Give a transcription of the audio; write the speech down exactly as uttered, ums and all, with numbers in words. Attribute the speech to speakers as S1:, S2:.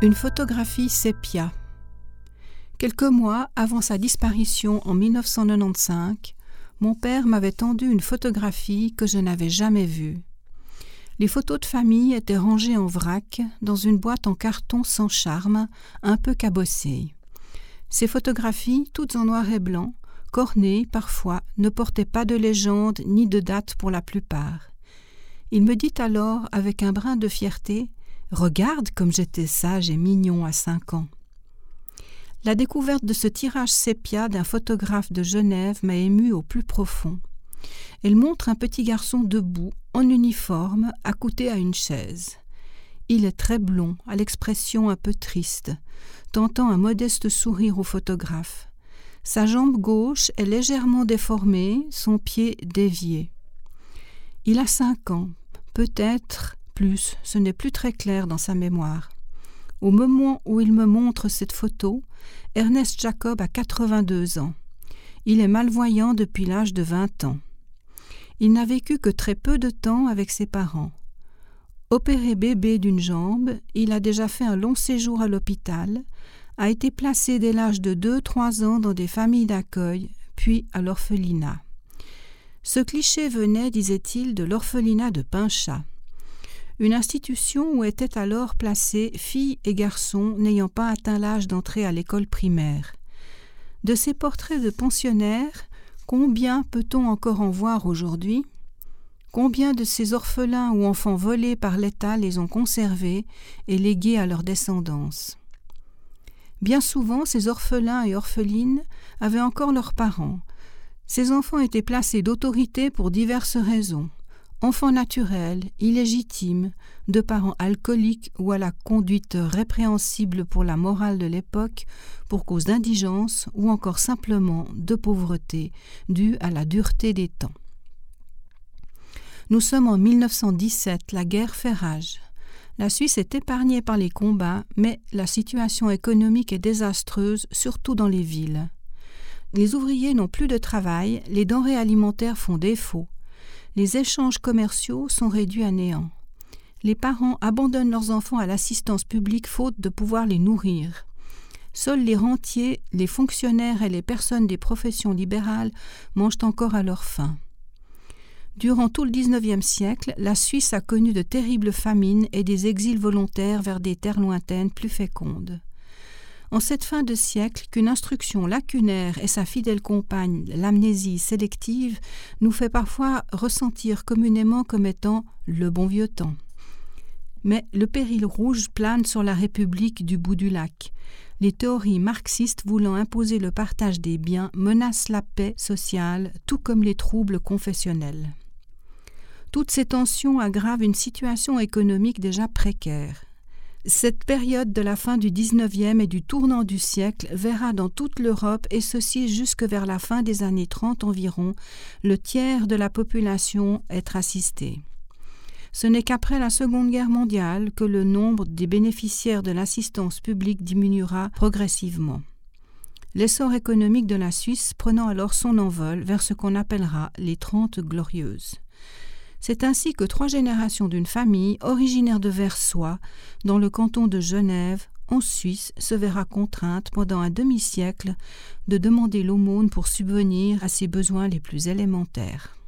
S1: Une photographie sépia. Quelques mois avant sa disparition en mille neuf cent quatre-vingt-quinze, mon père m'avait tendu une photographie que je n'avais jamais vue. Les photos de famille étaient rangées en vrac dans une boîte en carton sans charme, un peu cabossée. Ces photographies, toutes en noir et blanc, cornées parfois, ne portaient pas de légende ni de date pour la plupart. Il me dit alors, avec un brin de fierté, « Regarde comme j'étais sage et mignon à cinq ans ». La découverte de ce tirage sépia d'un photographe de Genève m'a ému au plus profond. Elle montre un petit garçon debout, en uniforme, accoudé à une chaise. Il est très blond, à l'expression un peu triste, tentant un modeste sourire au photographe. Sa jambe gauche est légèrement déformée, son pied dévié. Il a cinq ans, peut-être plus, ce n'est plus très clair dans sa mémoire. Au moment où il me montre cette photo, Ernest Jacob a quatre-vingt-deux ans. Il est malvoyant depuis l'âge de vingt ans. Il n'a vécu que très peu de temps avec ses parents. Opéré bébé d'une jambe, il a déjà fait un long séjour à l'hôpital, a été placé dès l'âge de deux à trois ans dans des familles d'accueil, puis à l'orphelinat. Ce cliché venait, disait-il, de l'orphelinat de Pinchat, une institution où étaient alors placés filles et garçons n'ayant pas atteint l'âge d'entrer à l'école primaire. De ces portraits de pensionnaires, combien peut-on encore en voir aujourd'hui ? Combien de ces orphelins ou enfants volés par l'État les ont conservés et légués à leur descendance ? Bien souvent, ces orphelins et orphelines avaient encore leurs parents. Ces enfants étaient placés d'autorité pour diverses raisons. Enfants naturels, illégitimes, de parents alcooliques ou à la conduite répréhensible pour la morale de l'époque, pour cause d'indigence ou encore simplement de pauvreté, due à la dureté des temps. Nous sommes en mille neuf cent dix-sept, la guerre fait rage. La Suisse est épargnée par les combats, mais la situation économique est désastreuse, surtout dans les villes. Les ouvriers n'ont plus de travail, les denrées alimentaires font défaut. Les échanges commerciaux sont réduits à néant. Les parents abandonnent leurs enfants à l'assistance publique faute de pouvoir les nourrir. Seuls les rentiers, les fonctionnaires et les personnes des professions libérales mangent encore à leur faim. Durant tout le dix-neuvième siècle, la Suisse a connu de terribles famines et des exils volontaires vers des terres lointaines plus fécondes. En cette fin de siècle, qu'une instruction lacunaire et sa fidèle compagne, l'amnésie sélective, nous fait parfois ressentir communément comme étant le bon vieux temps. Mais le péril rouge plane sur la République du bout du lac. Les théories marxistes voulant imposer le partage des biens menacent la paix sociale, tout comme les troubles confessionnels. Toutes ces tensions aggravent une situation économique déjà précaire. Cette période de la fin du dix-neuvième et du tournant du siècle verra dans toute l'Europe, et ceci jusque vers la fin des années trente environ, le tiers de la population être assistée. Ce n'est qu'après la Seconde Guerre mondiale que le nombre des bénéficiaires de l'assistance publique diminuera progressivement. L'essor économique de la Suisse prenant alors son envol vers ce qu'on appellera les Trente Glorieuses. C'est ainsi que trois générations d'une famille originaire de Versoix, dans le canton de Genève, en Suisse, se verra contrainte pendant un demi-siècle de demander l'aumône pour subvenir à ses besoins les plus élémentaires.